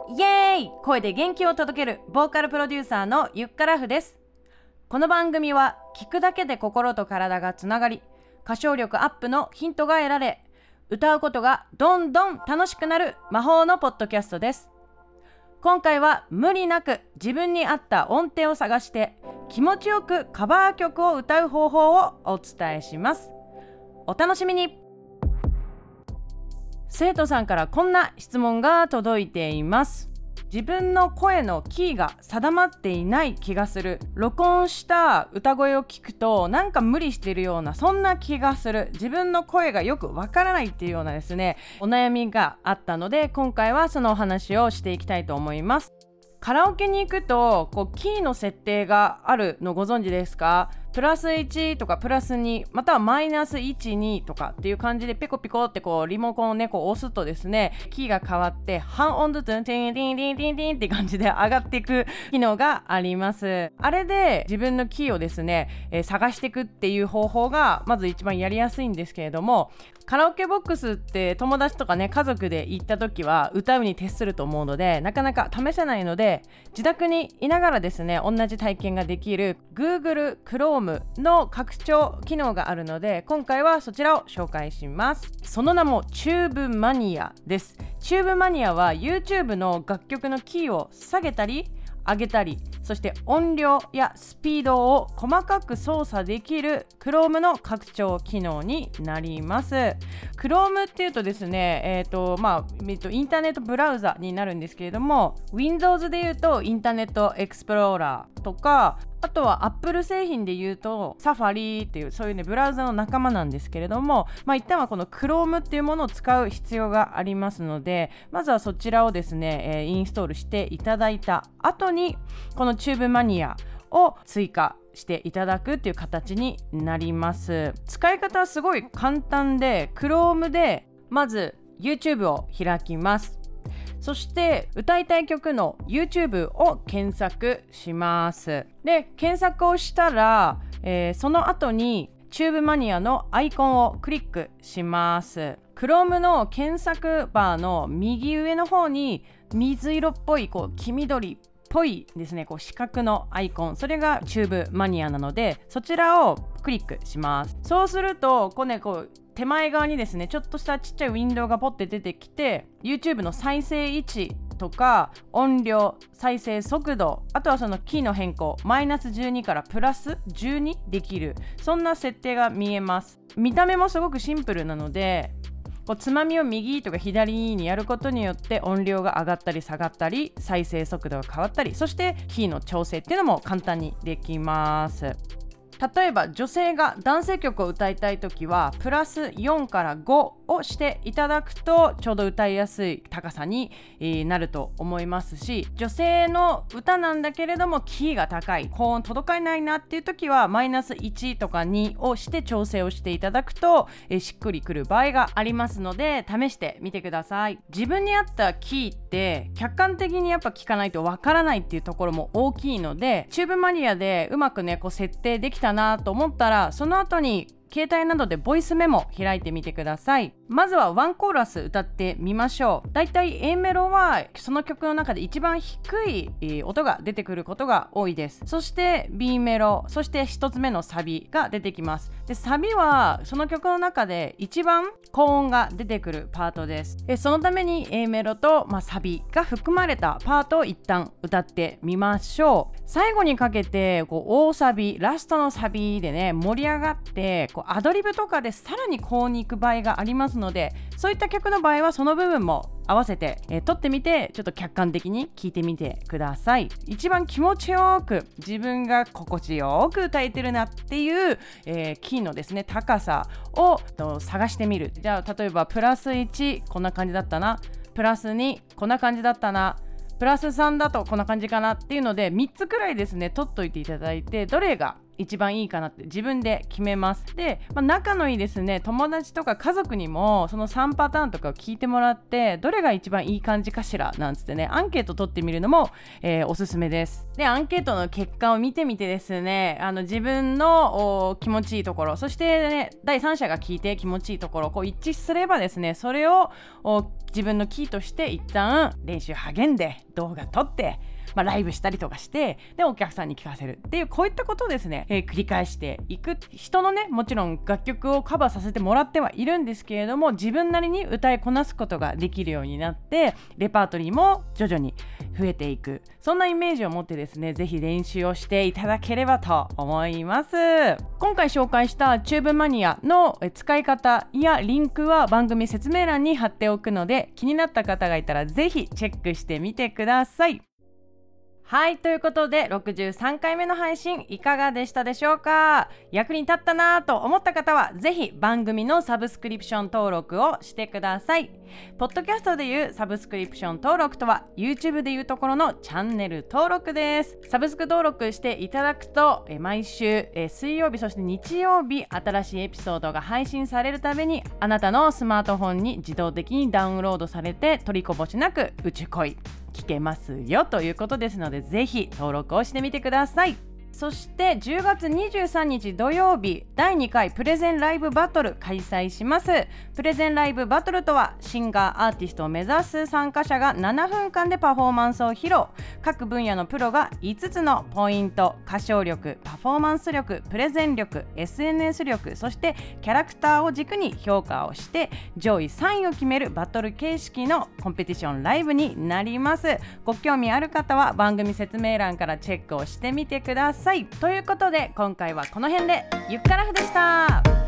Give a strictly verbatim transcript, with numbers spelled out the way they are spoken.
イエーイ、声で元気を届けるボーカルプロデューサーのゆっからふです。この番組は聞くだけで心と体がつながり、歌唱力アップのヒントが得られ、歌うことがどんどん楽しくなる魔法のポッドキャストです。今回は無理なく自分に合った音程を探して気持ちよくカバー曲を歌う方法をお伝えします。お楽しみに。生徒さんからこんな質問が届いています。自分の声のキーが定まっていない気がする。録音した歌声を聞くとなんか無理しているような、そんな気がする。自分の声がよくわからないっていうようなですね、お悩みがあったので、今回はそのお話をしていきたいと思います。カラオケに行くとこうキーの設定があるのご存知ですか？プラスいちとかプラスに、またはマイナスいち、にとかっていう感じでペコピコってこうリモコンをねこう押すとですね、キーが変わって半音ずつティンティンティンティンティンって感じで上がっていく機能があります。あれで自分のキーをですね、えー、探していくっていう方法がまず一番やりやすいんですけれども、カラオケボックスって友達とかね家族で行った時は歌うに徹すると思うので、なかなか試せないので、自宅にいながらですね同じ体験ができる Google Chrome の拡張機能があるので、今回はそちらを紹介します。その名もチューブマニアです。チューブマニアは YouTube の楽曲のキーを下げたり上げたり、そして音量やスピードを細かく操作できる Chrome の拡張機能になります。 Chrome っていうとですね、えーとまあえーと、インターネットブラウザになるんですけれども、 Windows でいうとインターネットエクスプローラーとか、あとは Apple 製品でいうと Safari っていうそういうねブラウザの仲間なんですけれども、まあ一旦はこの Chrome っていうものを使う必要がありますので、まずはそちらをですね、えー、インストールしていただいた後にこのチューブマニアを追加していただくっていう形になります。使い方はすごい簡単で、 Chrome でまず YouTube を開きます。そして歌いたい曲の YouTube を検索します。で、検索をしたら、えー、その後にチューブマニアのアイコンをクリックします。 Chrome の検索バーの右上の方に水色っぽいこう黄緑っぽいですね、こう四角のアイコン、それがチューブマニアなので、そちらをクリックします。そうするとこうねこう手前側にですねちょっとしたちっちゃいウィンドウがポッて出てきて、 YouTube の再生位置とか音量、再生速度、あとはそのキーの変更、マイナスじゅうにからプラスじゅうにできる、そんな設定が見えます。見た目もすごくシンプルなので、こうつまみを右とか左にやることによって音量が上がったり下がったり、再生速度が変わったり、そしてキーの調整っていうのも簡単にできます。例えば女性が男性曲を歌いたいときはプラスよんからごをしていただくとちょうど歌いやすい高さになると思いますし、女性の歌なんだけれどもキーが高い、高音届かないなっていうときはマイナスいちとかにをして調整をしていただくとしっくりくる場合がありますので、試してみてください。自分に合ったキーって客観的にやっぱ聞かないとわからないっていうところも大きいので、チューブマニアでうまくねこう設定できたなと思ったら、その後に携帯などでボイスメモ開いてみてください。まずはワンコーラス歌ってみましょう。だいたい A メロはその曲の中で一番低い音が出てくることが多いです。そして B メロ、そして一つ目のサビが出てきます。で、サビはその曲の中で一番高音が出てくるパートです。で、そのために A メロと、まあ、サビが含まれたパートを一旦歌ってみましょう。最後にかけてこう大サビ、ラストのサビでね盛り上がってこうアドリブとかでさらに高音に行く場合がありますので、そういった曲の場合はその部分も合わせて、えー、撮ってみてちょっと客観的に聴いてみてください。一番気持ちよく自分が心地よく歌えてるなっていう、えー、キーのですね高さを探してみる。じゃあ例えばプラスいちこんな感じだったな、プラスにこんな感じだったな、プラスさんだとこんな感じかなっていうのでみっつくらいですね取っといていただいて、どれが一番いいかなって自分で決めます。で、まあ、仲のいいですね友達とか家族にもそのさんパターンとかを聞いてもらって、どれが一番いい感じかしらなんつってねアンケート取ってみるのも、えー、おすすめです。でアンケートの結果を見てみてですね、あの自分の気持ちいいところ、そして、ね、第三者が聞いて気持ちいいところこう一致すればですね、それを自分のキーとして一旦練習励んで動画撮って、まあ、ライブしたりとかして、でお客さんに聞かせるっていう、こういったことをですね、えー、繰り返していく。人のねもちろん楽曲をカバーさせてもらってはいるんですけれども、自分なりに歌いこなすことができるようになって、レパートリーも徐々に増えていく、そんなイメージを持ってですね、ぜひ練習をしていただければと思います。今回紹介したチューブマニアの使い方やリンクは番組説明欄に貼っておくので、気になった方がいたらぜひチェックしてみてください。はい、ということでろくじゅうさんかいめの配信いかがでしたでしょうか。役に立ったなと思った方はぜひ番組のサブスクリプション登録をしてください。ポッドキャストでいうサブスクリプション登録とは YouTube でいうところのチャンネル登録です。サブスク登録していただくとえ毎週え水曜日そして日曜日新しいエピソードが配信されるために、あなたのスマートフォンに自動的にダウンロードされて取りこぼしなく宇宙恋聞けますよということですので、ぜひ登録をしてみてください。そしてじゅうがつにじゅうさんにち土曜日だいにかいプレゼンライブバトル開催します。プレゼンライブバトルとはシンガーアーティストを目指す参加者がななふんかんでパフォーマンスを披露。各分野のプロがいつつのポイント、歌唱力、パフォーマンス力、プレゼン力、 エスエヌエス 力、そしてキャラクターを軸に評価をして上位さんいを決めるバトル形式のコンペティションライブになります。ご興味ある方は番組説明欄からチェックをしてみてください。ということで今回はこの辺で。ゆっからふでした。